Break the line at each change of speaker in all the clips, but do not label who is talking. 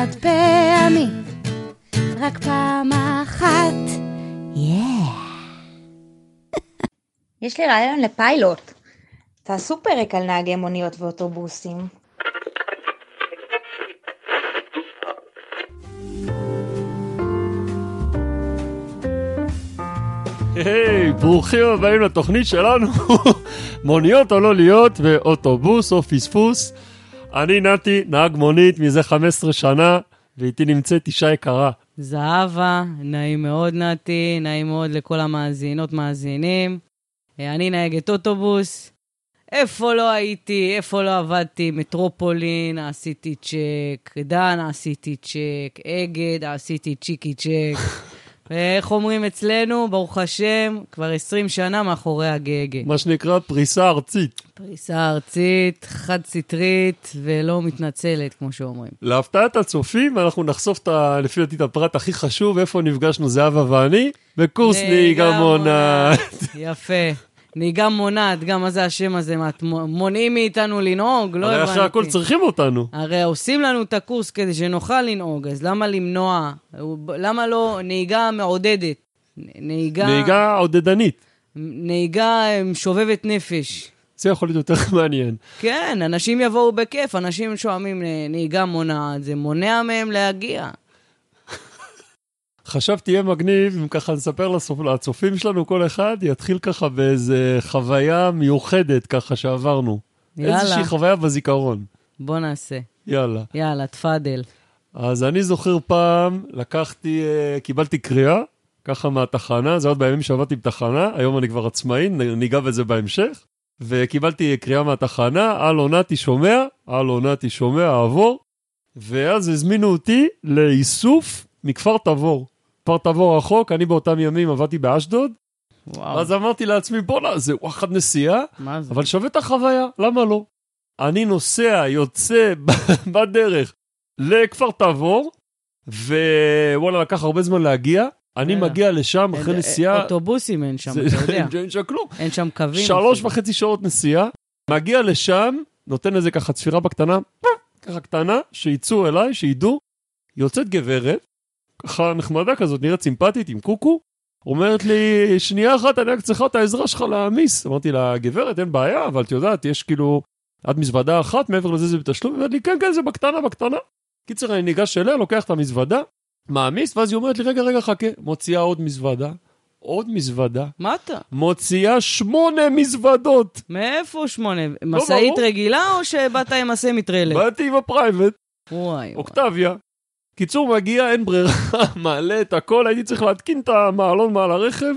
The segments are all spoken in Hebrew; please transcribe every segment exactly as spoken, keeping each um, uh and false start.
חד פעמי, רק פעם אחת, yeah.
יש לי רעיון לפיילוט. תעשו פרק על נהגי מוניות ואוטובוסים.
היי, ברוכים הבאים לתוכנית שלנו. מוניות או לא להיות ואוטובוס או פספוס. אני נתי, נהג מונית מזה חמש עשרה שנה, ואיתי נמצאת אישה יקרה.
זהבה, נעים מאוד נתי, נעים מאוד לכל המאזינות מאזינים. אני נהגת אוטובוס. איפה לא הייתי, איפה לא עבדתי, מטרופולין, עשיתי צ'ק, דן, עשיתי צ'ק, אגד, עשיתי צ'יקי צ'ק. ואיך אומרים אצלנו, ברוך השם, כבר עשרים שנה מאחורי הגגה.
מה שנקרא פריסה ארצית.
פריסה ארצית, חד סטרית, ולא מתנצלת, כמו שאומרים.
להפתעת הצופים, אנחנו נחשוף את, לפי דעתי את הפרט הכי חשוב, איפה נפגשנו זהבה ואני, בקורס נהיגה מונעת.
יפה. נהיגה מונעת, גם מה זה השם הזה, מונעים מאיתנו לנהוג, לא הבנתי.
הרי אחרי הכל צריכים אותנו.
הרי עושים לנו את הקורס כדי שנוכל לנהוג, אז למה למנוע? למה לא נהיגה מעודדת? נהיגה...
נהיגה עודדנית.
נהיגה שובבת נפש.
זה יכול להיות יותר מעניין.
כן, אנשים יבואו בכיף, אנשים שואמים נהיגה מונעת, זה מונע מהם להגיע.
חשבתי יהיה מגניב, אם ככה נספר לצופים שלנו, כל אחד יתחיל ככה באיזה חוויה מיוחדת ככה שעברנו. יאללה. איזושהי חוויה בזיכרון.
בוא נעשה.
יאללה.
יאללה, תפדל.
אז אני זוכר פעם, לקחתי, קיבלתי קריאה, ככה מהתחנה, זה עוד בימים שעבדתי בתחנה, היום אני כבר עצמאי, ניגע בזה בהמשך, וקיבלתי קריאה מהתחנה, הלו נתי שומע, הלו נתי שומע, עבור, ואז הזמינו אותי לאיסוף מכפר תבור. כפר תבור רחוק, אני באותם ימים עבדתי באשדוד, אז אמרתי לעצמי, בוא נה, זה וואחד נסיעה, אבל שווה את החוויה, למה לא? אני נוסע, יוצא בדרך לכפר תבור, ווואלה, לקח הרבה זמן להגיע, אני מגיע לשם אחרי נסיעה...
אוטובוסים אין שם, אתה יודע.
אין שם כלום.
אין שם קווים.
שלוש וחצי שעות נסיעה, מגיע לשם, נותן איזה ככה צפירה בקטנה, ככה קטנה, שיצאו אליי, שידעו, יוצאת גברת, ככה נחמדה כזאת, נראית סימפטית עם קוקו, אומרת לי, שנייה אחת, אני רק צריכה את העזרה שלך להעמיס. אמרתי לה, גברת, אין בעיה, אבל את יודעת, יש כאילו, עד מזוודה אחת, מעבר לזה זה בתשלום, אמרת לי, כן, כן, זה בקטנה, בקטנה. קיצר, אני ניגש אליה, לוקח את המזוודה, מעמיס, ואז היא אומרת לי, רגע, רגע, חכה, מוציאה עוד מזוודה, עוד מזוודה.
מה אתה?
מוציאה שמונה מזוודות.
מאיפה שמונה? מסעית רגילה או שבאת עם הסמי טריילר?
באתי עם הפרייבט.
וואי.
אוקטביה. קיצור מגיע, אין ברירה, מעלה את הכל, הייתי צריך להתקין את המעלון מעל הרכב.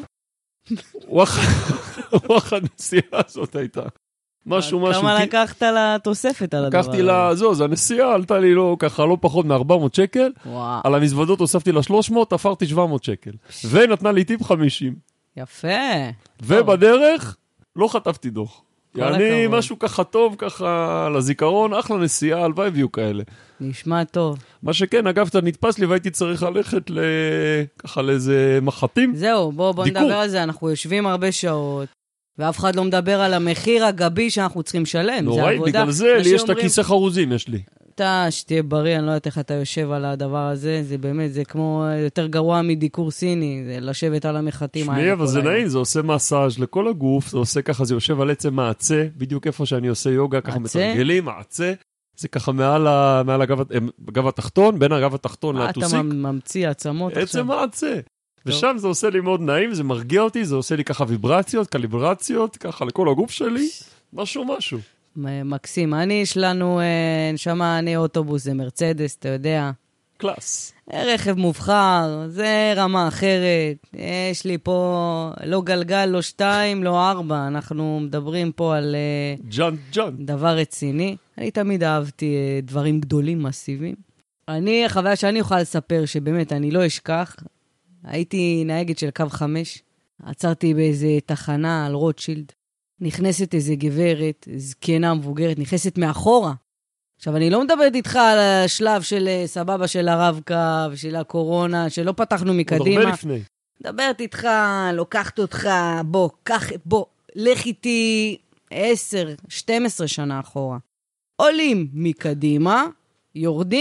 וואחד נסיעה הזאת הייתה. משהו, משהו.
כמה לקחת לתוספת על הדבר?
לקחתי לה, זו, זו הנסיעה, עלתה לי לא, ככה לא פחות מ-ארבע מאות שקל. על המזוודות הוספתי לה שלוש מאות, תפרתי שבע מאות שקל. ונתנה לי טיפ חמישים.
יפה.
ובדרך, לא חטפתי דוח. אני משהו ככה טוב, ככה לזיכרון, אחלה נסיעה, הלוואי ויהיו כאלה.
נשמע טוב.
מה שכן, אגב, אתה נתפס לי והייתי צריך ללכת ל... ככה לאיזה מחטים.
זהו, בוא, בוא נדבר על זה, אנחנו יושבים הרבה שעות, ואף אחד לא מדבר על המחיר הגבי שאנחנו צריכים לשלם.
נוראי, בגלל זה, לי יש את הכיסא חרוזים, יש לי.
אתה, שתהיה בריא, אני לא יודעת איך אתה יושב על הדבר הזה, זה באמת, זה כמו יותר גרוע מדיקור סיני, זה לשבת על המחטים.
שמי, אבל זה נעים, זה עושה מסאז' לכל הגוף, זה עושה ככה, זה יושב על עצם מעצה, בדיוק איפה שאני עושה יוגה, ככה מתרגלים, מעצה, זה ככה מעל, מעל הגב, הגב התחתון, בין הגב התחתון לטוסיק.
אתה ממציא עצמות עכשיו.
עצם מעצה. ושם זה עושה לי מאוד נעים, זה מרגיע אותי, זה עושה לי ככה ויברציות, קליברציות, ככה לכל הגוף שלי, משהו, משהו.
מקסים. אני, יש לנו, נשמה, אני אוטובוס, זה מרצדס, אתה יודע.
קלאס.
רכב מובחר, זה רמה אחרת. יש לי פה לא גלגל, לא שתיים, לא ארבע. אנחנו מדברים פה על...
ג'אנט, ג'אנט.
דבר רציני. אני תמיד אהבתי דברים גדולים, מסיביים. אני, החוויה שאני אוכל לספר, שבאמת אני לא אשכח, הייתי נהגת של קו חמש, עצרתי באיזה תחנה על רוטשילד, נכנסת איזה גברת, זקנה מבוגרת, נכנסת מאחורה. עכשיו, אני לא מדברת איתך על השלב של סבבה של הרבקה ושל הקורונה, שלא פתחנו מקדימה.
עוד הרבה לפני.
מדברת איתך, לוקחת אותך, בוא, קח, בוא, לך איתי עשר, שתים עשרה שנה אחורה. עולים מקדימה, יורדים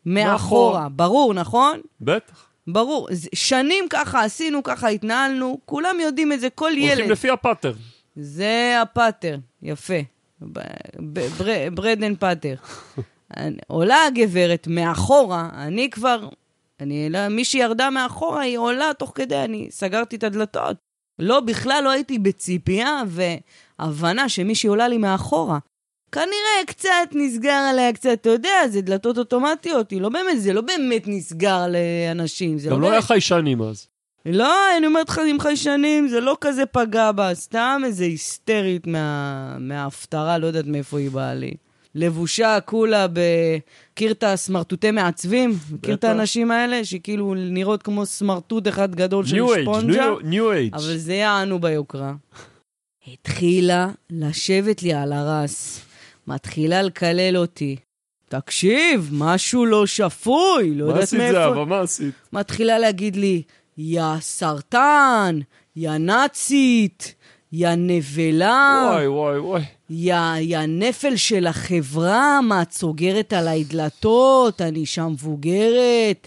מאחורה. ברור, נכון?
בטח.
ברור. שנים ככה עשינו, ככה התנהלנו, כולם יודעים את זה, כל ילד.
הולכים לפי הפאטר.
זה הפאטר, יפה. ברד אנד פאטר. עולה הגברת מאחורה, אני כבר, אני, מי שירדה מאחורה, היא עולה תוך כדי, אני סגרתי את הדלתות. לא, בכלל לא הייתי בציפייה והבנה שמישהי עולה לי מאחורה. כנראה קצת נסגר עליה קצת, אתה יודע, זה דלתות אוטומטיות, לא באמת, זה לא באמת נסגר לאנשים.
גם לא, לא היה חיישנים אז.
לא, אני אומרת לך עם חיישנים, זה לא כזה פגע בה, סתם איזה היסטרית מה, מההפטרה, לא יודעת מאיפה היא באה לי. לבושה כולה בקיר את הסמרטוטי מעצבים, מכיר את האנשים האלה, שכאילו נראות כמו סמרטוט אחד גדול של שפונג'ה,
ניו אייג'.
אבל זה יענו ביוקרה. התחילה לשבת לי על הרס, מתחילה לקלל אותי. תקשיב, משהו לא שפוי, לא יודעת מאיפה.
מה עשית זה, אבל מה עשית?
מתחילה להגיד לי, יא סרטן, יא נאצית, יא נבלה.
וואי, וואי, וואי.
יא, יא נפל של החברה, מה את סוגרת עליי דלתות, אני שם מבוגרת,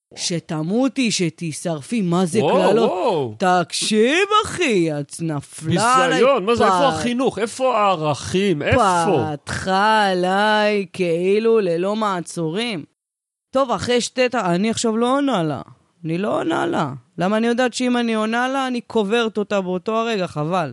שתמותי, שתשרפי, מה זה כללות?
וואו,
תקשיב, אחי, את נפלה עליי.
ביזיון, מה זה, איפה החינוך? איפה הערכים? איפה?
פתחה עליי כאילו ללא מעצורים. טוב, אחרי שתי, אני עכשיו לא עונה לה. אני לא עונה לה. למה אני יודעת שאם אני עונה לה, אני קוברת אותה באותו הרגע, חבל.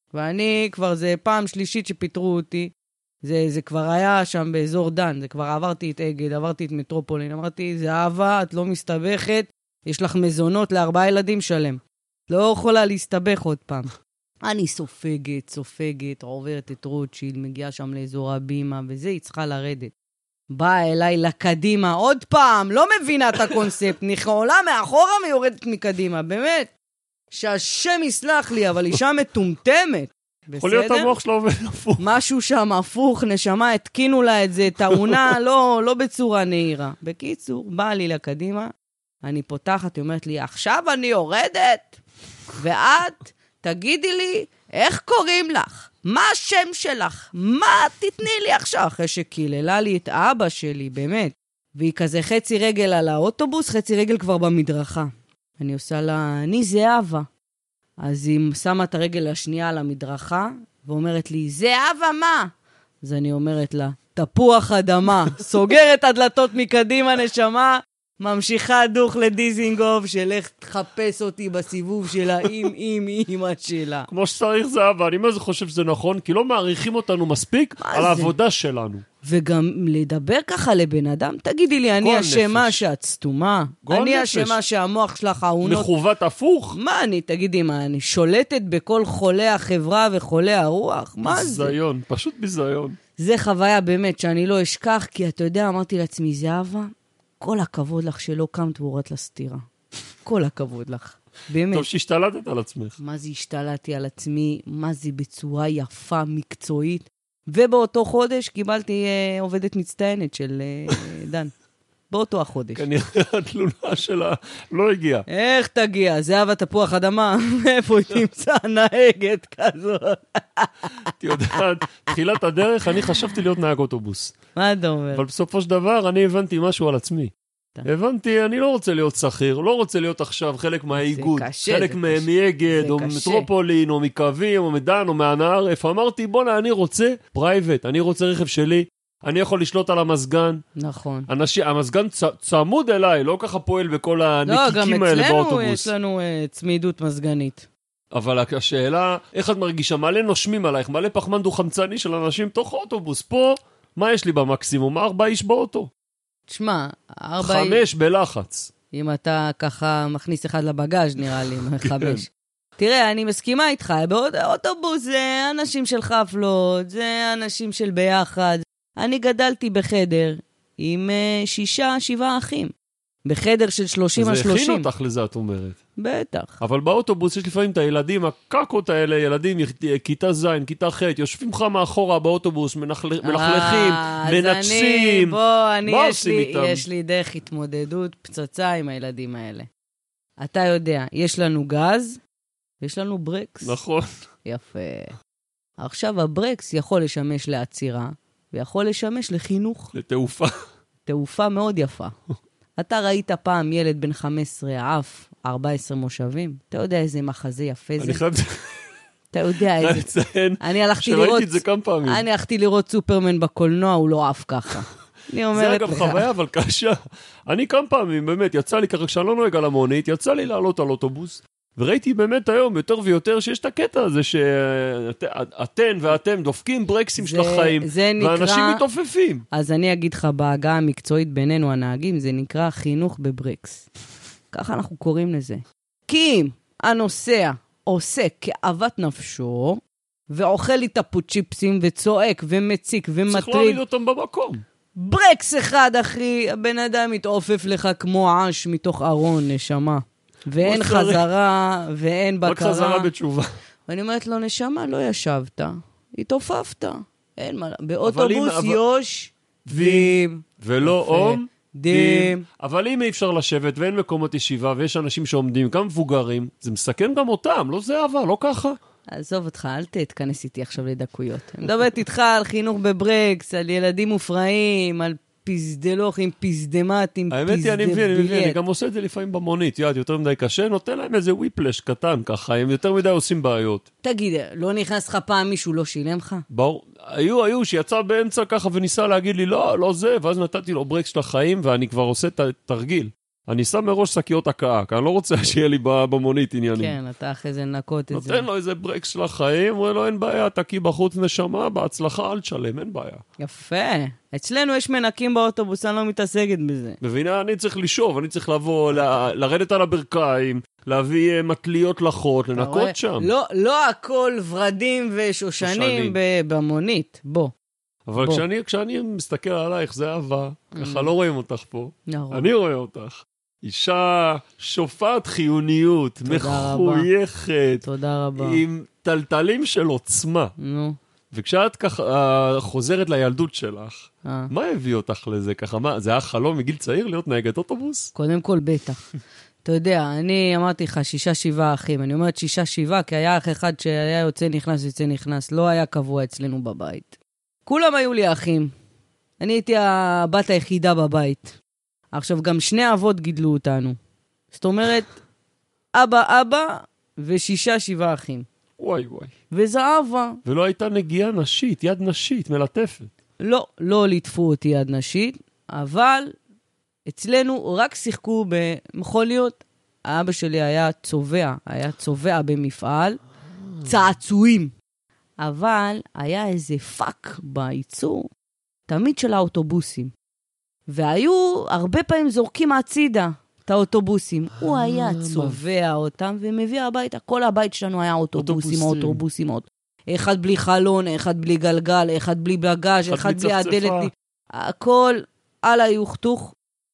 ואני כבר, זה פעם שלישית שפיתרו אותי. זה, זה כבר היה שם באזור דן. זה כבר עברתי את אגד, עברתי את מטרופולין. אמרתי, זה אהבה, את לא מסתבכת. יש לך מזונות לארבעה ילדים שלם. לא יכולה להסתבך עוד פעם. אני סופגת, סופגת, עוברת את רוטשילד, מגיעה שם לאזור הבימה, וזה היא צריכה לרדת. באה אליי לקדימה, עוד פעם, לא מבינה את הקונספט, נכעולה מאחורה מיורדת מקדימה, באמת. שהשם יסלח לי, אבל אישה מטומטמת.
יכול להיות המוח שלה עובד הפוך.
משהו שם הפוך, נשמה, התקינו לה את זה, טעונה, לא, לא בצורה נהירה. בקיצור, באה לי לקדימה, אני פותחת, היא אומרת לי, עכשיו אני יורדת, ואת, תגידי לי, איך קוראים לך? מה השם שלך? מה תתני לי עכשיו? אחרי שקיללה לי את אבא שלי, באמת. והיא כזה חצי רגל על האוטובוס, חצי רגל כבר במדרכה. אני עושה לה, אני זהבה. אז היא שמה את הרגל השנייה על המדרכה, ואומרת לי, זהבה מה? אז אני אומרת לה, תפוח אדמה. סוגרת הדלתות מקדימה, נשמה, ממשיכה דוך לדיזינגוף, שלך תחפש אותי בסיבוב שלה, עם עם אימא שלה.
כמו שצריך זהבה, אני מה זה חושב שזה נכון, כי לא מעריכים אותנו מספיק על זה? העבודה שלנו.
וגם לדבר ככה לבן אדם, תגידי לי, אני אשמה שאת סתומה, אני אשמה שהמוח שלך העונות.
מחוות הפוך?
מה אני, תגידי מה, אני שולטת בכל חולי החברה וחולי הרוח? מה זה?
ביזיון, פשוט ביזיון.
זה חוויה באמת שאני לא אשכח, כי אתה יודע, אמרתי לעצמי, זהבה, כל הכבוד לך שלא קמת והורדת לסתירה. כל הכבוד לך. באמת.
טוב שהשתלטת על עצמך.
מה זה השתלטתי על עצמי, מה זה בצורה יפה, מקצועית. ובאותו חודש קיבלתי אה, עובדת מצטיינת של אה, דן. באותו החודש.
כנראה התלונה שלה לא הגיעה.
איך תגיע? זהבה תפוח אדמה? איפה היא תמצא נהגת כזאת?
את יודעת, תחילת הדרך אני חשבתי להיות נהג אוטובוס.
מה אתה אומר?
אבל בסופו של דבר אני הבנתי משהו על עצמי. הבנתי, אני לא רוצה להיות שכיר, לא רוצה להיות עכשיו חלק מהאיגוד, חלק מאגד, או מטרופולין, או מקווים, או מדן, או מהנהר. איפה אמרתי, בונה, אני רוצה פרייבט, אני רוצה רכב שלי, אני יכול לשלוט על המזגן.
נכון.
אנשים, המזגן צ, צמוד אליי, לא ככה פועל בכל הנקיקים האלה באוטובוס.
לא, גם אצלנו יש לנו uh, צמידות מזגנית.
אבל השאלה, איך את מרגישה? מלא נושמים עלייך, מלא פחמן דו-חמצני של אנשים תוך אוטובוס. פה, מה יש לי במקסימום? ארבע איש באוטו.
תשמע, ארבע...
חמש בלחץ.
אם אתה ככה מכניס אחד לבגאז' נראה לי, חמש. תראה, אני מסכימה איתך, באוטובוס זה אנשים של חפלות, זה אנשים של ביחד. אני גדלתי בחדר עם שישה, שבעה אחים. בחדר של שלושים על שלושים.
זה הכין אותך לזה, את אומרת.
בטח.
אבל באוטובוס יש לפעמים את הילדים, הקקות האלה, ילדים, כיתה זין, כיתה ח', יושבים לך מאחורה באוטובוס, מלכלכים, מנצים.
בוא, אני, יש לי, יש לי דרך התמודדות פצצה עם הילדים האלה. אתה יודע, יש לנו גז, יש לנו ברקס.
נכון.
יפה. עכשיו הברקס יכול לשמש לעצירה, ויכול לשמש לחינוך.
לתעופה.
תעופה מאוד יפה. אתה ראית פעם ילד בן חמש עשרה, אף ארבע עשרה מושבים? אתה יודע איזה מחזה יפה זה?
אני חייב...
אתה יודע איזה...
לציין,
אני הלכתי
שראיתי
לראות...
את זה כמה פעמים.
אני הלכתי לראות סופרמן בקולנוע, הוא לא עף ככה. אני אומרת
זה אגב
לך.
חוויה, אבל קשה. אני כמה פעמים, באמת, יצא לי ככה, כשאני לא נוהג על המונית, יצא לי לעלות על אוטובוס, וראיתי באמת היום יותר ויותר שיש את הקטע הזה שאתן ואתם דופקים ברקסים של החיים, ואנשים מתעופפים.
אז אני אגיד לך, בהגעה המקצועית בינינו הנהגים, זה נקרא חינוך בברקס. ככה אנחנו קוראים לזה. כי אם הנוסע עושה כאוות נפשו, ואוכל לי את הפוצ'יפסים, וצועק, ומציק, ומטריד.
צריך להעמיד אותם במקום.
ברקס אחד, אחי, הבן אדם מתעופף לך כמו עש מתוך ארון, נשמה. ואין חזרה, ואין בקרה.
רק חזרה בתשובה.
ואני אומרת לו, נשמה, לא ישבת, התעופפת. אין מה, באוטובוס יוש, דים.
ולא אום,
דים.
אבל אם אי אפשר לשבת, ואין מקומות ישיבה, ויש אנשים שעומדים, גם מבוגרים, זה מסכן גם אותם, לא זה אהבה, לא ככה.
עזוב אותך, אל תתכנס איתי עכשיו לדקויות. אני מדברת איתך על חינוך בברקס, על ילדים מופרעים, על פיזדלוך עם פיזדמט, עם פיזדביית.
האמת היא, אני מבין, אני מבין, אני גם עושה את זה לפעמים במונית, יד, יותר מדי קשה, נותן להם איזה וויפלש קטן ככה, הם יותר מדי עושים בעיות.
תגיד, לא נכנס לך פעם מישהו לא שילם לך?
ברור, היו, היו, שיצא באמצע ככה וניסה להגיד לי, לא, לא זה, ואז נתתי לו ברקס של החיים, ואני כבר עושה את התרגיל. אני שם מראש שקיות הקאה, כי אני לא רוצה שיהיה לי במונית עניינים.
כן, אתה אחרי זה נקות את זה.
נותן לו איזה ברקס של החיים, אומר לו, אין בעיה, תקי בחוץ נשמה, בהצלחה, אל תשלם, אין בעיה.
יפה. אצלנו יש מנקים באוטובוס, אני לא מתעסקת בזה.
מבינה, אני צריך לשאוב, אני צריך לבוא, ל- לרדת על הברכיים, להביא מטליות לחות, לנקות שם.
לא, לא הכל ורדים ושושנים במונית, בוא.
אבל כשאני, כשאני מסתכל עלייך, זה אהבה, ככה לא רואים אותך פה. אני רואה אותך. אישה שופעת חיוניות, מחויכת.
תודה רבה.
עם טלטלים של עוצמה.
נו.
וכשאת ככה חוזרת לילדות שלך, מה הביא אותך לזה ככה? מה, זה היה חלום מגיל צעיר להיות נהגת אוטובוס?
קודם כל בטח. אתה יודע, אני אמרתי לך שישה שבעה אחים. אני אומרת שישה שבעה, כי היה אח אחד שהיה יוצא נכנס, יוצא נכנס. לא היה קבוע אצלנו בבית. כולם היו לי אחים. אני הייתי הבת היחידה בבית. עכשיו, גם שני אבות גידלו אותנו. זאת אומרת, אבא, אבא ושישה, שבעה אחים.
וואי וואי.
וזה אהבה.
ולא הייתה נגיעה נשית, יד נשית, מלטפת.
לא, לא ליטפו אותי יד נשית, אבל אצלנו רק שיחקו במכוניות. האבא שלי היה צובע, היה צובע במפעל, צעצועים. אבל היה איזה פאק בייצור, תמיד של האוטובוסים. והיו הרבה פעמים זורקים הצידה את האוטובוסים. הוא היה צובע אותם ומביא הביתה. כל הבית שלנו היה אוטובוסים, אוטובוסים. אחד בלי חלון, אחד בלי גלגל, אחד בלי בגאז', אחד בלי הדלת. הכל על היוכתוך.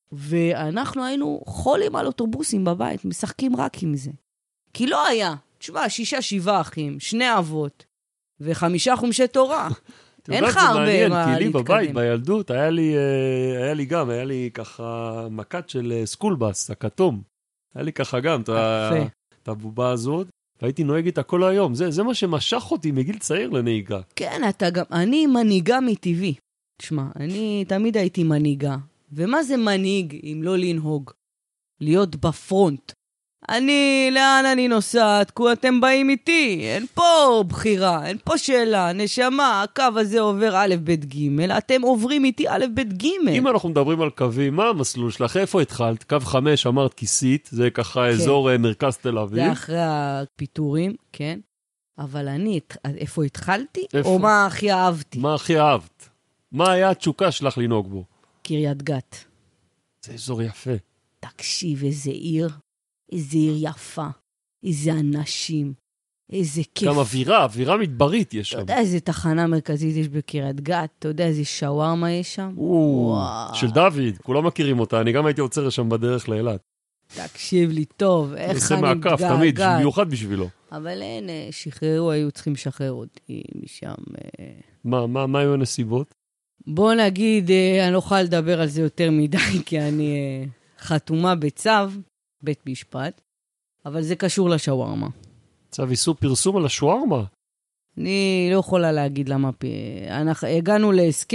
ואנחנו היינו חולים על אוטובוסים בבית, משחקים רק עם זה. כי לא היה, תשמע, שישה, שבעה אחים, שני אבות, וחמישה חומשי תורה. אין לך הרבה מה להתקדם.
כי לי בבית, בילדות, היה לי, היה לי גם, היה לי ככה מקט של סקולבס, הכתום. היה לי ככה גם את הבובה הזאת, והייתי נוהג איתה כל היום. זה, זה מה שמשך אותי מגיל צעיר לנהיגה.
כן, אתה גם, אני מנהיגה מטבעי. תשמע, אני תמיד הייתי מנהיגה. ומה זה מנהיג אם לא לנהוג? להיות בפרונט. אני, לאן אני נוסעת? כי אתם באים איתי. אין פה בחירה, אין פה שאלה. נשמה, הקו הזה עובר א' ב' ג', אתם עוברים איתי א' ב' ג'.
אם אנחנו מדברים על קווים, מה המסלול שלך? איפה התחלת? קו חמש, אמרת כיסית, זה ככה כן. אזור מרכז תל אביב.
זה אחרי הפיטורים, כן. אבל אני, איפה התחלתי? איפה? או מה הכי אהבתי?
מה הכי אהבת? מה היה התשוקה שלך לנהוג בו?
קריית גת.
זה אזור יפה.
תקשיב, איזה עיר. איזה עיר יפה, איזה אנשים, איזה כיף.
גם אווירה, אווירה מדברית יש שם.
אתה יודע איזה תחנה מרכזית יש בקריית גת? אתה יודע איזה שווארמה יש שם?
של דוד, כולם מכירים אותה, אני גם הייתי עוצר שם בדרך לאילת.
תקשיב לי טוב, איך אני מתגעגעת.
עושה מעקף, תמיד, במיוחד בשבילו.
אבל אין, שחררו, היו צריכים לשחרר אותי משם.
מה, מה, מה היו הנסיבות?
בוא נגיד, אני לא יכולה לדבר על זה יותר מדי, כי אני חתומה בצו, בית משפט, אבל זה קשור לשווארמה.
צו איסור פרסום על השווארמה?
אני לא יכולה להגיד למה. אנחנו הגענו להסכם,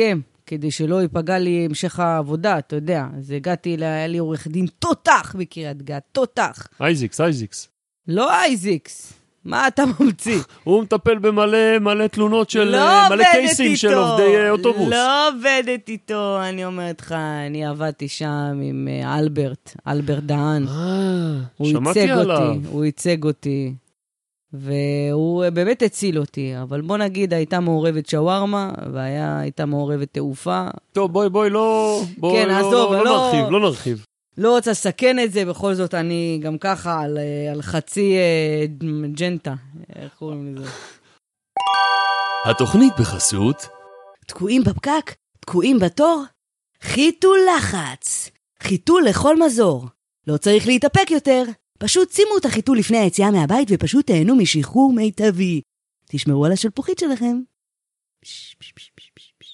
כדי שלא ייפגע לי המשך העבודה, אתה יודע. אז הגעתי, היה לי עורך דין תותח בקריית גת, תותח.
אייזיקס, אייזיקס.
לא אייזיקס. מה אתה ממציא?
הוא מטפל במלא מלא תלונות של מלא קייסים של עובדי אוטובוס.
לא עובדת איתו, אני אומרת לך, אני עבדתי שם עם אלברט, אלברט דהן. הוא ייצג אותי, הוא ייצג אותי, והוא באמת הציל אותי, אבל בוא נגיד, הייתה מעורבת שווארמה, והייתה מעורבת תעופה.
טוב, בואי, בואי, לא, בואי,
כן,
לא,
עזוב,
לא,
לא,
לא נרחיב, לא נרחיב.
לא רוצה לסכן את זה, בכל זאת אני גם ככה על, על חצי ג'נטה. איך קוראים לזה?
התוכנית בחסות.
תקועים בפקק? תקועים בתור? חיתול לחץ. חיתול לכל מזור. לא צריך להתאפק יותר. פשוט שימו את החיתול לפני היציאה מהבית ופשוט תהנו משחרור מיטבי. תשמרו על השלפוחית שלכם. פש, פש, פש, פש, פש, פש.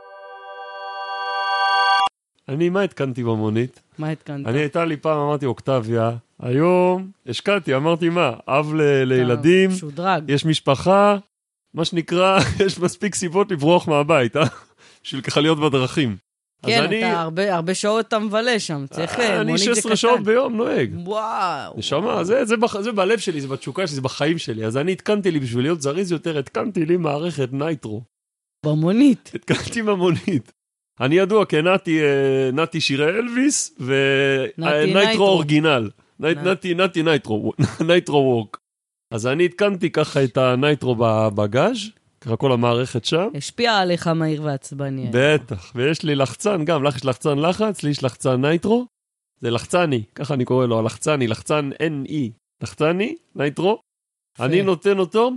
אני, מה התקנתי במונית?
מה התקנת?
אני הייתה לי פעם, אמרתי אוקטביה, היום השקעתי, אמרתי מה, אב ל- לילדים,
שודרג.
יש משפחה, מה שנקרא, יש מספיק סיבות לברוח מהבית, אה? בשביל ככה להיות בדרכים.
כן,
אני,
אתה הרבה, הרבה שעות אתה מבלה שם, צריך
אני
מונית זה
שש עשרה
קטן.
שעות ביום נוהג.
וואו.
נשמה, זה, זה, בח, זה בלב שלי, זה בתשוקה שלי, זה בחיים שלי. אז אני התקנתי לי, בשביל להיות זריז יותר, התקנתי לי מערכת נייטרו.
במונית.
התקנתי במונית. אני ידוע כנתי, נתי שירי אלוויס, ונייטרו אורגינל. נתי, נתי נייטרו, נייטרו ווק. אז אני התקנתי ככה את הנייטרו בבגאז', ככה כל המערכת שם.
השפיע עליך מהיר ועצבני.
בטח, ויש לי לחצן גם, לך יש לחצן לחץ, לי יש לחצן נייטרו. זה לחצני, ככה אני קורא לו, הלחצני, לחצן N E. לחצני, נייטרו. אני נותן אותו,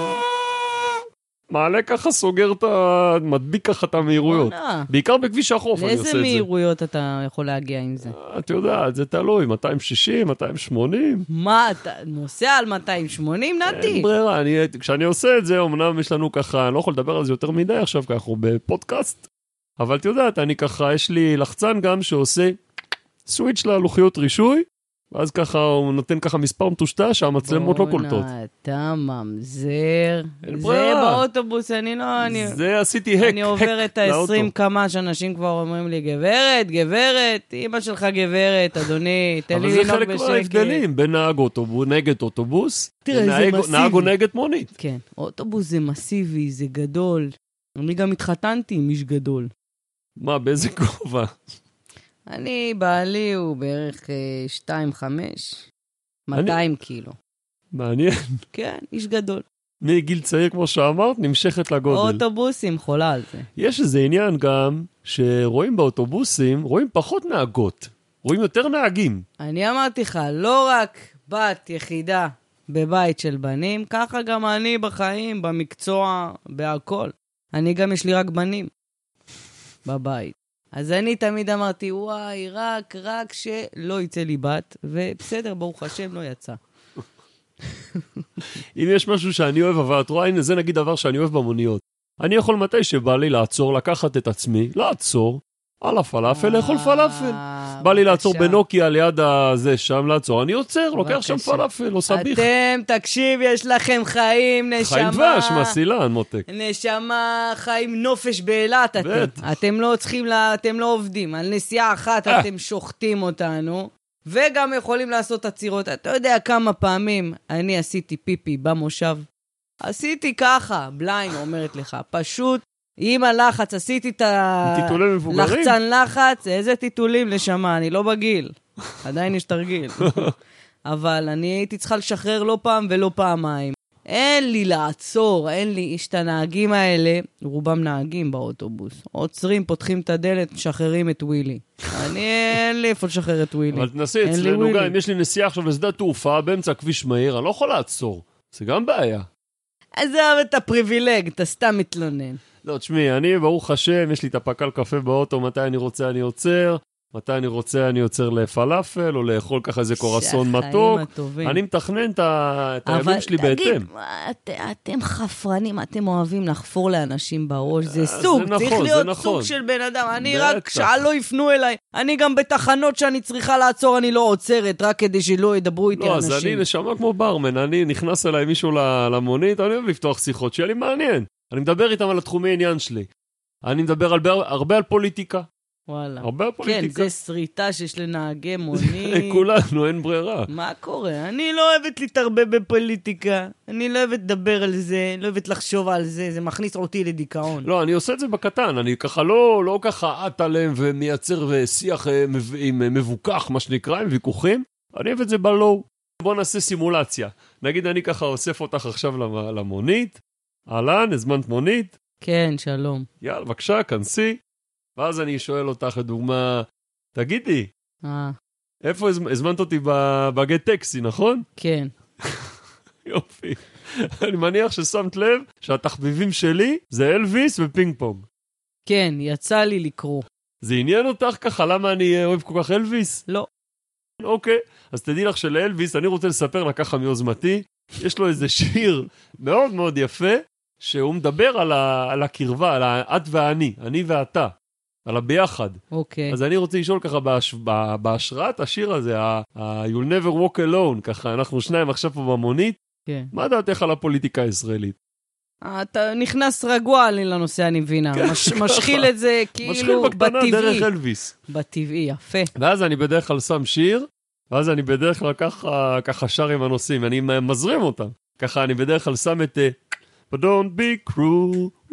מעלה ככה, סוגר את ה... מדביק ככה את המהירויות. בעיקר בכביש החוף אני עושה את זה.
לאיזה מהירויות אתה יכול להגיע עם זה?
אתה יודע, זה תלוי, מאתיים שישים, מאתיים שמונים.
מה, אתה נוסע על מאתיים ושמונים, נתי?
אין ברירה, אני, כשאני עושה את זה, אמנם יש לנו ככה, אני לא יכול לדבר על זה יותר מדי עכשיו, ככה אנחנו בפודקאסט, אבל אתה יודעת, אני ככה, יש לי לחצן גם שעושה סוויץ' ללוחיות רישוי, ואז ככה הוא נותן ככה מספר מטושטש שהמצלמות לא קולטות.
בוא'נה, אתה ממזר.
אין
זה
ברירה.
באוטובוס, אני לא... אני...
זה עשיתי הק,
אני עובר את ה-עשרים כמה שאנשים כבר אומרים לי, גברת, גברת, אמא שלך גברת, אדוני, תן לי לנהוג בשקט.
אבל זה חלק מההבדלים בין נהג אוטובוס, נגד אוטובוס,
תראה, זה מסיבי.
נהג או נגד מונית.
כן, אוטובוס זה מסיבי, זה גדול. אני גם התחתנתי עם איש גדול.
מה, באיזה גובה?
אני, בעלי הוא בערך שתיים חמש, מאתיים קילו.
מעניין.
כן, איש גדול.
מגיל צעיר, כמו שאמרת, נמשכת לגודל.
אוטובוסים, חולה על זה.
יש איזה עניין גם, שרואים באוטובוסים, רואים פחות נהגות. רואים יותר נהגים.
אני אמרתי לך, לא רק בת יחידה בבית של בנים, ככה גם אני בחיים, במקצוע, בהכל. אני גם יש לי רק בנים בבית. אז אני תמיד אמרתי, וואי, רק, רק שלא יצא לי בת, ובסדר, ברוך השם, לא יצא.
אם יש משהו שאני אוהב, אבל את רואה, הנה, זה נגיד דבר שאני אוהב במוניות. אני יכול מתי שבא לי לעצור, לקחת את עצמי, לעצור, על הפלאפל, לאכול פלאפל. בא לי לעצור בנוקיה ליד הזה, שם לעצור, אני עוצר, לוקח שם פלאפל, לא סביך.
אתם, תקשיב, יש לכם חיים, נשמה.
חיים דבש, מסילן, מותק.
נשמה, חיים נופש באילת, אתם. אתם לא צריכים, אתם לא עובדים. על נסיעה אחת אתם שוחטים אותנו, וגם יכולים לעשות עצירות. אתה יודע כמה פעמים אני עשיתי פיפי במושב? עשיתי ככה, בליין אומרת לך, פשוט, עם הלחץ, עשיתי את הלחצן לחץ, איזה טיטולים לשמה, אני לא בגיל, עדיין יש תרגיל. אבל אני הייתי צריכה לשחרר לא פעם ולא פעמיים. אין לי לעצור, אין לי, יש את הנהגים האלה, רובם נהגים באוטובוס. עוצרים, פותחים את הדלת, משחררים את ווילי. אני, אין לי איפה לשחרר את ווילי.
אבל תנסי אצלנו גם, אם יש לי נסיעה עכשיו לשדה תעופה, באמצע כביש מהיר, אני לא יכול לעצור. זה גם בעיה.
אז זה את הפריבילג, אתה סתם מתלונן.
לא, תשמעי, אני, ברוך השם, יש לי את הפקל קפה באוטו, מתי אני רוצה אני עוצר, מתי אני רוצה אני עוצר לפלאפל, או לאכול ככה איזה קורסון מתוק. אני מתכנן את הימים שלי בהתאם.
אבל תגיד, אתם חפרנים, אתם אוהבים לחפור לאנשים בראש, זה סוג, צריך להיות סוג של בן אדם. אני רק, שעה לא יפנו אליי, אני גם בתחנות שאני צריכה לעצור, אני לא עוצרת, רק כדי שלא ידברו איתי אנשים.
לא, אז אני נשמע כמו ברמן, אני נכנס אליי מישהו למונית, אני אוהב לפתוח שיחות, שיהיה לי מעניין. אני מדבר איתם על התחומי עניין שלי. אני מדבר הרבה, הרבה על פוליטיקה.
וואלה.
הרבה על פוליטיקה.
כן, זה שריטה שיש לנהגי מונית.
כולנו, אין ברירה.
מה קורה? אני לא אוהבת להתערבב בפוליטיקה. אני לא אוהבת לדבר על זה, לא אוהבת לחשוב על זה, זה מכניס אותי לדיכאון.
לא, אני עושה את זה בקטן, אני ככה לא, לא ככה עט עליהם ומייצר שיח עם מבוקח, מה שנקרא, עם ויכוחים. אני אוהב את זה בלואו. בוא נעשה סימולציה. נגיד אני ככה אוסף אותך עכשיו למונית. אהלן, הזמנת מונית?
כן, שלום.
יאללה, בבקשה, כנסי. ואז אני שואל אותך, לדוגמה, תגידי,
אה.
איפה הזמנת אותי בגט טקסי, נכון?
כן.
יופי. אני מניח ששמת לב שהתחביבים שלי זה אלוויס ופינג פונג.
כן, יצא לי לקרוא.
זה עניין אותך ככה, למה אני אוהב כל כך אלוויס?
לא.
אוקיי, אז תדעי לך שלאלוויס, אני רוצה לספר לה ככה מיוזמתי, יש לו איזה שיר מאוד מאוד יפה, שהוא מדבר על, ה, על הקרבה, על את ואני, אני ואתה, על הביחד.
אוקיי.
אז אני רוצה לשאול ככה בהש, בהשראת השיר הזה, ה, ה, You'll never walk alone, ככה אנחנו שניים עכשיו פה במונית,
כן.
מה דעתך על הפוליטיקה הישראלית?
אתה נכנס רגוע לי לנושא, אני מבינה. מש, משחיל את זה כאילו
משחיל בקטנה
בטבעי.
דרך אלוויס.
בטבעי, יפה.
ואז אני בדרך כלל שם שיר, ואז אני בדרך כלל ככה, ככה שר עם הנושאים, אני מזרים אותם. ככה אני בדרך כלל שם את But don't be cruel.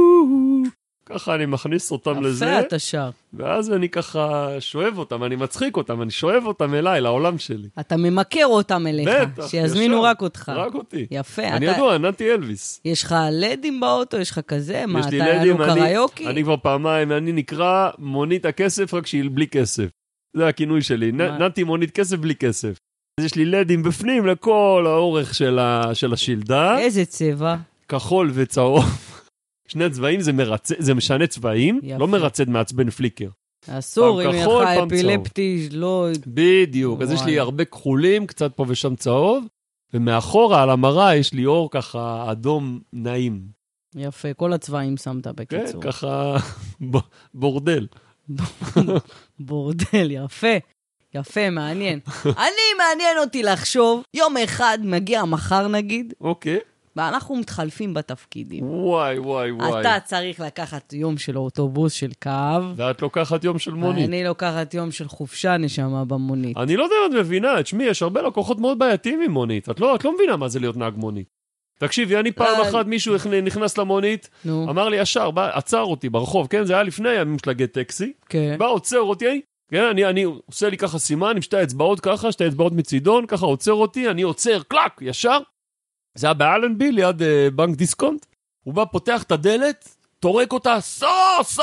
ככה אני מכניס אותם לזה.
יפה אתה שר.
ואז אני ככה שואב אותם, אני מצחיק אותם, אני שואב אותם אליי, לעולם שלי.
אתה ממכר אותם אליך.
בטח,
שיזמינו
ישר,
רק אותך.
רק אותי.
יפה.
אני
אתה...
ידוע, נתי אלוויס.
יש לך לדים באוטו? יש לך כזה? מה,
יש
אתה
לי
היה
לדים,
לו
אני,
קריוקי?
אני כבר פעמיים, אני נקרא מונית הכסף, רק שהיא בלי כסף. זה הכינוי שלי, נ, נתי מונית כסף בלי כסף. אז יש לי לדים בפנים לכל האורך של, ה, של השילדה.
איזה צבע?
כחול וצהוב. שני צבעים זה, מרצ... זה משנה צבעים,
יפה.
לא מרצד מעצבן פליקר.
אסור, אם
כחול,
יהיה לך
פעם
אפילפטי, לא...
בדיוק, אז יש לי הרבה כחולים, קצת פה ושם צהוב, ומאחורה על המראה יש לי אור ככה אדום נעים.
יפה, כל הצבעים שמת בקיצור.
כן, ככה בורדל.
בורדל, יפה. יפה, מעניין. אני מעניין אותי לחשוב, יום אחד מגיע מחר נגיד,
אוקיי.
ואנחנו מתחלפים בתפקידים.
וואי, וואי, וואי.
אתה צריך לקחת יום של אוטובוס, של קו.
ואת לוקחת יום של מונית.
אני לוקחת יום של חופשה נשמה במונית.
אני לא יודע אם את מבינה, תשמעי, יש הרבה לקוחות מאוד בעייתיים עם מונית. את לא, את לא מבינה מה זה להיות נהג מונית. תקשיבי, אני פעם אחת מישהו נכנס למונית, אמר לי ישר, בא, עצר אותי ברחוב, כן? זה היה לפני הימים של הגט טקסי.
כן.
בא, עוצר אותי, כן? אני, אני עושה לי ככה סימן עם שתי אצבעות ככה, שתי אצבעות מצידון, ככה עוצר אותי, אני עוצר, קלק, ישר. זה היה באלנבי, ליד uh, בנק דיסקונט. הוא בא, פותח את הדלת, תורק אותה, סע, סע,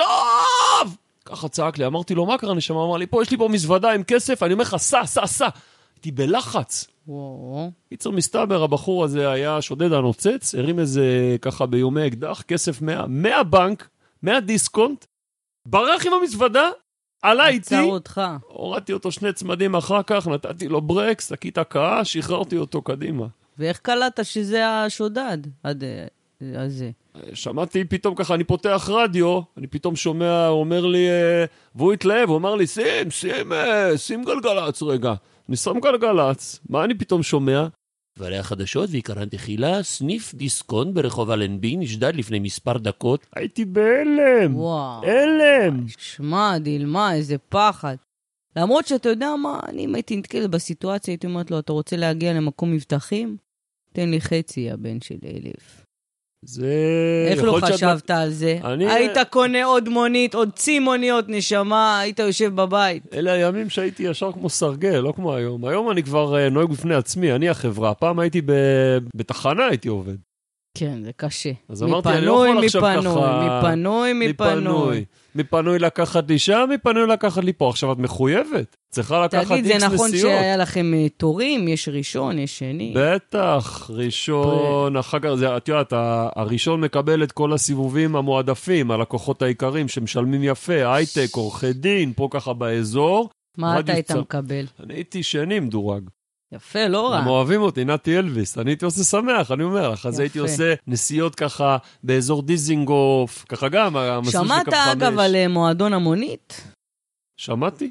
עכשיו! ככה צעק לי, אמרתי לו, מה קרה נשמה? אמר לי, פה, יש לי פה מזוודה עם כסף, אני אומר לך, סע, סע, סע. הייתי בלחץ.
וואו.
קיצור מסתבר, הבחור הזה היה שודד הנוצץ, הרים איזה ככה ביומי אקדח, כסף מאה, מהבנק, מהדיסקונט, ברח עם המזוודה, עלה איתי,
עצר אותך.
הורדתי אותו שני צמדים אחר כך, נתתי לו ברקס, תקית הקאה, שחררתי אותו קדימה.
ואיך קלטת שזה השודד? עד זה.
שמעתי פתאום ככה, אני פותח רדיו, אני פתאום שומע, הוא אומר לי, והוא התלהב, הוא אמר לי, שים, שים, שים גלגלץ רגע. אני שם גלגלץ, מה אני פתאום שומע? דברי החדשות ועיקרן תחילה, סניף דיסקונט ברחוב אלנבי נשדד לפני מספר דקות. הייתי בהלם.
וואו.
הלם.
שמע, דילמה, איזה פחד. למרות שאתה יודע מה, אני אם הייתי נתקלת בסיטואציה, הייתי אומרת לו, אתה רוצה להגיע למקום מבטחים? תן לי חצי, הבן של אלף.
זה...
איך לא חשבת על זה?
אני...
היית קונה עוד מונית, עוד צי מוניות, נשמה, היית יושב בבית.
אלה הימים שהייתי ישר כמו סרגל, לא כמו היום. היום אני כבר נוהג בפני עצמי, אני החברה. פעם הייתי ב... בתחנה, הייתי עובד.
כן, זה קשה.
אז אמרתי, אני לא יכול עכשיו ככה...
מפנוי, מפנוי, מפנוי.
מפנוי לקחת לי שם, מפנוי לקחת לי פה. עכשיו את מחויבת. צריכה לקחת איקס נסיעות.
תגיד, זה נכון שהיה לכם תורים? יש ראשון, יש שני?
בטח, ראשון, אחר כך, את יודעת, הראשון מקבל את כל הסיבובים המועדפים, הלקוחות העיקרים שמשלמים יפה, הייטק, עורכי דין, פה ככה באזור.
מה אתה היית מקבל?
אני הייתי שני מדורג.
יפה, לא רע.
הם אוהבים אותי, נתי אלוויס. אני הייתי עושה שמח, אני אומר לך. אז הייתי עושה נסיעות ככה באזור דיזינגוף, ככה גם, המסלול של קו חמש.
שמעת אגב על מועדון המונית?
שמעתי.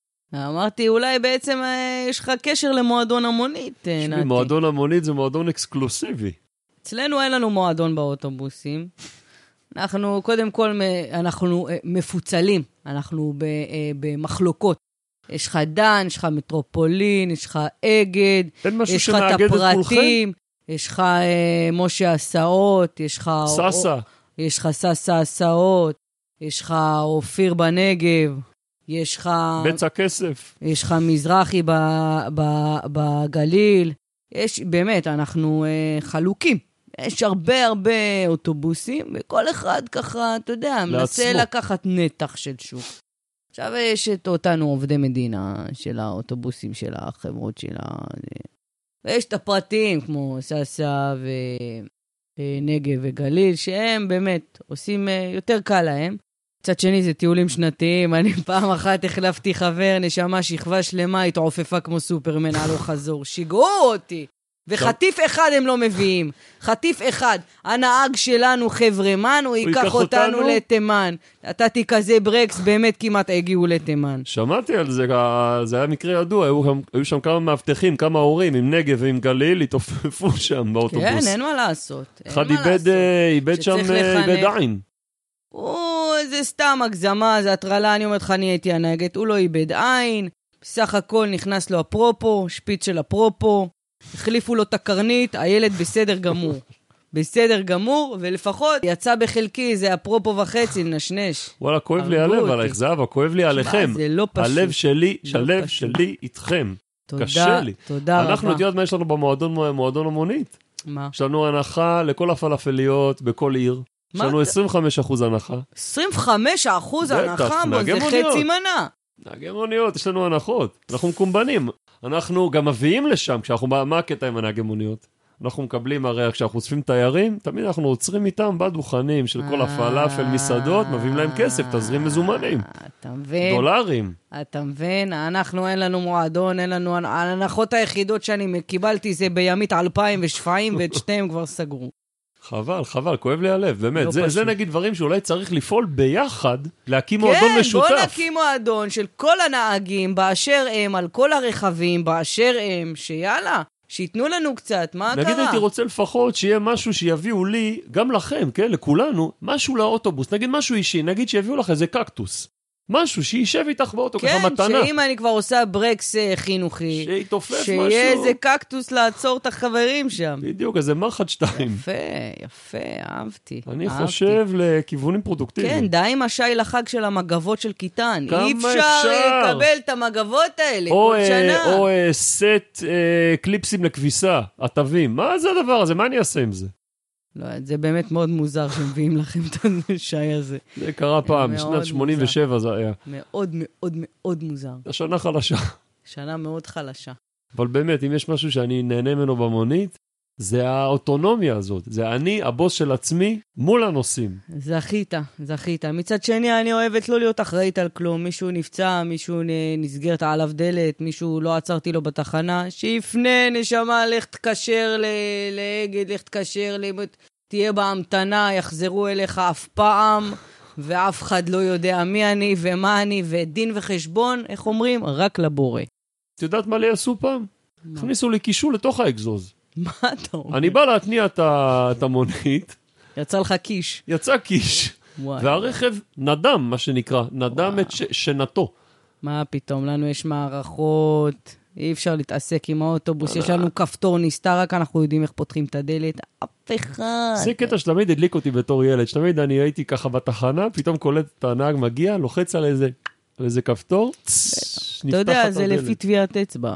אמרתי, אולי בעצם יש לך קשר למועדון המונית, נתי.
מועדון המונית זה מועדון אקסקלוסיבי.
אצלנו אין לנו מועדון באוטובוסים. אנחנו, קודם כל, אנחנו מפוצלים, אנחנו במחלוקות. יש לך דן, יש לך מטרופולין, יש לך אגד, יש לך את הפרטים, יש לך משה הסעות, יש לך...
ססה.
יש לך ססה הסעות, יש לך אופיר בנגב, יש לך...
בצע כסף.
יש לך מזרחי בגליל. יש, באמת, אנחנו חלוקים. יש הרבה הרבה אוטובוסים, וכל אחד ככה, אתה יודע, מנסה לקחת נתח של שוק. עכשיו יש את אותנו עובדי מדינה של האוטובוסים של החברות שלה. ויש את הפרטים כמו ססה ונגב וגליל, שהם באמת עושים יותר קל להם. קצת שני זה טיולים שנתיים, אני פעם אחת החלפתי חבר, נשמה שכבה שלמה, התעופפה כמו סופרמן, הלוך חזור, שיגעו אותי. וחטיף אחד הם לא מביאים, חטיף אחד. הנהג שלנו חברמן, הוא ייקח אותנו לתימן. נתתי כזה ברקס, באמת כמעט הגיעו לתימן.
שמעתי על זה, זה היה מקרה ידוע, היו, היו שם כמה מאבטחים, כמה הורים עם נגב ועם גליל, התעופפו שם באוטובוס.
כן, אין מה לעשות.
אחד איבד, איבד שם, איבד עין.
הוא, זה סתם הגזמה, זה הטרלה, אני אומרת לך, אני הייתי הנהגת, הוא לא איבד עין, בסך הכל נכנס לו הפרופו, שפיץ של הפרופו, החליפו לו את הקרנית, הילד בסדר גמור. בסדר גמור, ולפחות יצא בחלקי, זה הפרופו וחצי, נשנש.
וואלה, כואב לי הלב עלייך, זהבה, כואב לי עליכם.
זה לא פשוט.
הלב שלי, הלב שלי איתכם. קשה לי.
תודה רבה.
אנחנו, את יודעת מה יש לנו במועדון, מועדון המונית?
מה?
יש לנו הנחה לכל הפלאפליות בכל עיר. יש לנו עשרים וחמישה אחוז הנחה.
עשרים וחמישה אחוז הנחה? זה חצי מנה.
נהגי מוניות, יש לנו הנחות. אנחנו מקומבנים. אנחנו גם מביאים לשם, כשאנחנו, מה הקטע עם הנהגי מוניות? אנחנו מקבלים, הרי כשאנחנו אוספים תיירים, תמיד אנחנו עוצרים איתם בדוכנים של כל הפלאפל, מסעדות, מביאים להם כסף, תזרים מזומנים.
אתה מבין?
דולרים.
אתה מבין? אנחנו, אין לנו מועדון, אין לנו... ההנחות היחידות שאני קיבלתי זה בימית אלפיים ושפיים, ואת שתיהם כבר סגרו.
חבל, חבל, כואב לי הלב, באמת. זה, זה נגיד דברים שאולי צריך לפעול ביחד, להקים מועדון משותף.
כן, בוא נקים מועדון של כל הנהגים, באשר הם, על כל הרכבים, באשר הם, שיאללה, שיתנו לנו קצת, מה קרה?
נגיד הייתי רוצה לפחות שיהיה משהו שיביאו לי, גם לכם, כן, לכולנו, משהו לאוטובוס, נגיד משהו אישי, נגיד שיביאו לך איזה קקטוס. משהו שישב איתך באוטו,
כן,
ככה מתנה.
כן, שאם אני כבר עושה ברקס חינוכי,
שיתופף משהו.
שיהיה איזה קקטוס לעצור את החברים שם.
בדיוק, איזה מרחד שתיים.
יפה, יפה, אהבתי.
אני
אהבתי.
חושב לכיוונים פרודוקטיביים.
כן, די עם השי לחג של המגבות של קיטן.
כמה
אי אפשר לקבל את המגבות האלה כל
אה,
שנה.
או אה, סט אה, קליפסים לכביסה, עטבים. מה זה הדבר הזה? מה אני אעשה עם זה?
לא, זה באמת מאוד מוזר שמביאים לכם את השי הזה.
זה קרה פעם, בשנת שמונים ושבע זה היה.
מאוד מאוד מאוד מוזר.
השנה חלשה.
שנה מאוד חלשה.
אבל באמת, אם יש משהו שאני נהנה ממנו במונית, זה האוטונומיה הזאת. זה אני, הבוס של עצמי, מול הנושאים.
זכית, זכית. מצד שני, אני אוהבת לא להיות אחראית על כלום. מישהו נפצע, מישהו נסגרת עליו דלת, מישהו לא עצרתי לו בתחנה, שיפנה, נשמה, לך תקשר לאגד, לך תקשר, תהיה בהמתנה, יחזרו אליך אף פעם, ואף אחד לא יודע מי אני ומה אני, ודין וחשבון, איך אומרים? רק לבורא.
את יודעת מה לי עשו פעם? הכניסו לי קישור לתוך האקזוז.
מה אתה אומר?
אני בא להתניע את המונית.
יצא לך קיש.
יצא קיש. והרכב נדם, מה שנקרא. נדם את שנתו.
מה פתאום? לנו יש מערכות, אי אפשר להתעסק עם האוטובוס, יש לנו כפתור נסתר, רק אנחנו יודעים איך פותחים את הדלת. אף אחד.
זה קטע שתמיד הדליק אותי בתור ילד. שתמיד אני הייתי ככה בתחנה, פתאום קולט את הנהג מגיע, לוחץ על איזה, על איזה כפתור.
אתה יודע, זה לפי טביעת אצבע.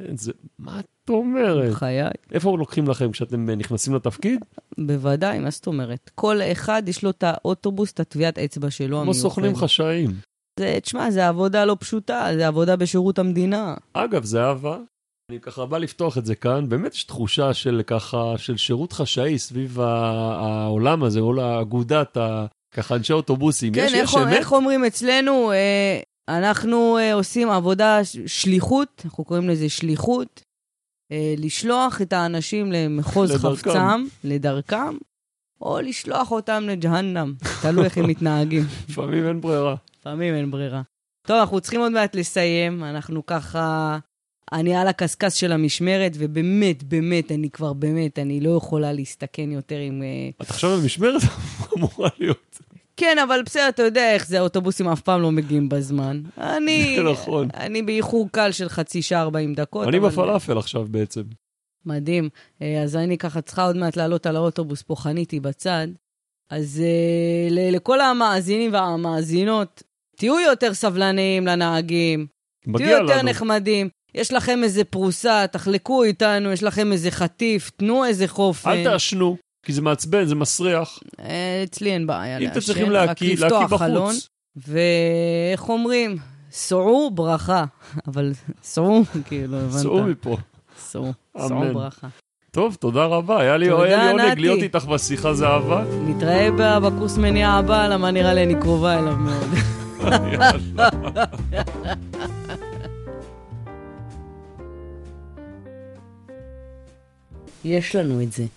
מה את אומרת?
חיי.
איפה לוקחים לכם כשאתם נכנסים לתפקיד?
בוודאי, מה זאת אומרת? כל אחד יש לו את האוטובוס, את הטביעת אצבע שלו.
כמו סוכנים חשאיים.
זה, תשמע, זה עבודה לא פשוטה, זה עבודה בשירות המדינה.
אגב, זה אהבה. אני ככה בא לפתוח את זה כאן, באמת יש תחושה של ככה, של שירות חשאי סביב העולם הזה, או לאגודת, ככה אנשי אוטובוסים.
כן, איך, איך אומרים אצלנו, אה, אנחנו אה, עושים עבודה שליחות, אנחנו קוראים לזה שליחות, אה, לשלוח את האנשים למחוז לדרכם. חפצם, לדרכם, או לשלוח אותם לג'הנם, תלוי איך הם מתנהגים.
לפעמים אין ברירה.
לפעמים אין ברירה. טוב, אנחנו צריכים עוד מעט לסיים, אנחנו ככה, אני על הקסקס של המשמרת, ובאמת, באמת, אני כבר באמת, אני לא יכולה להסתכן יותר עם...
את עכשיו במשמרת? אמורה להיות.
כן, אבל בסדר, אתה יודע איך זה, האוטובוסים אף פעם לא מגיעים בזמן. אני,
נכון.
אני באיחור קל של חצי שעה ארבעים דקות.
אני
אבל...
בפלאפל עכשיו בעצם.
מדהים. אז אני ככה צריכה עוד מעט לעלות על האוטובוס, פה חניתי בצד. אז ל- לכל המאזינים והמאזינות, תהיו יותר סבלניים לנהגים. תהיו יותר לנו. נחמדים. יש לכם איזה פרוסה, תחלקו איתנו, יש לכם איזה חטיף, תנו איזה חופן.
אל תעשנו, כי זה מעצבן, זה מסריח.
אצלי אין בעיה
אם אתם צריכים להקיא, להקיא בחוץ.
ואיך אומרים? סעו ברכה. אבל סעו, כאילו, הבנת.
סעו מפה.
סעו, סעו ברכה.
טוב, תודה רבה. היה לי עונג להיות איתך בשיחה, זהבה.
נתראה בקורס מניעה הבא, למה נראה לי אני קרובה אליו מאוד. יש לנו את זה.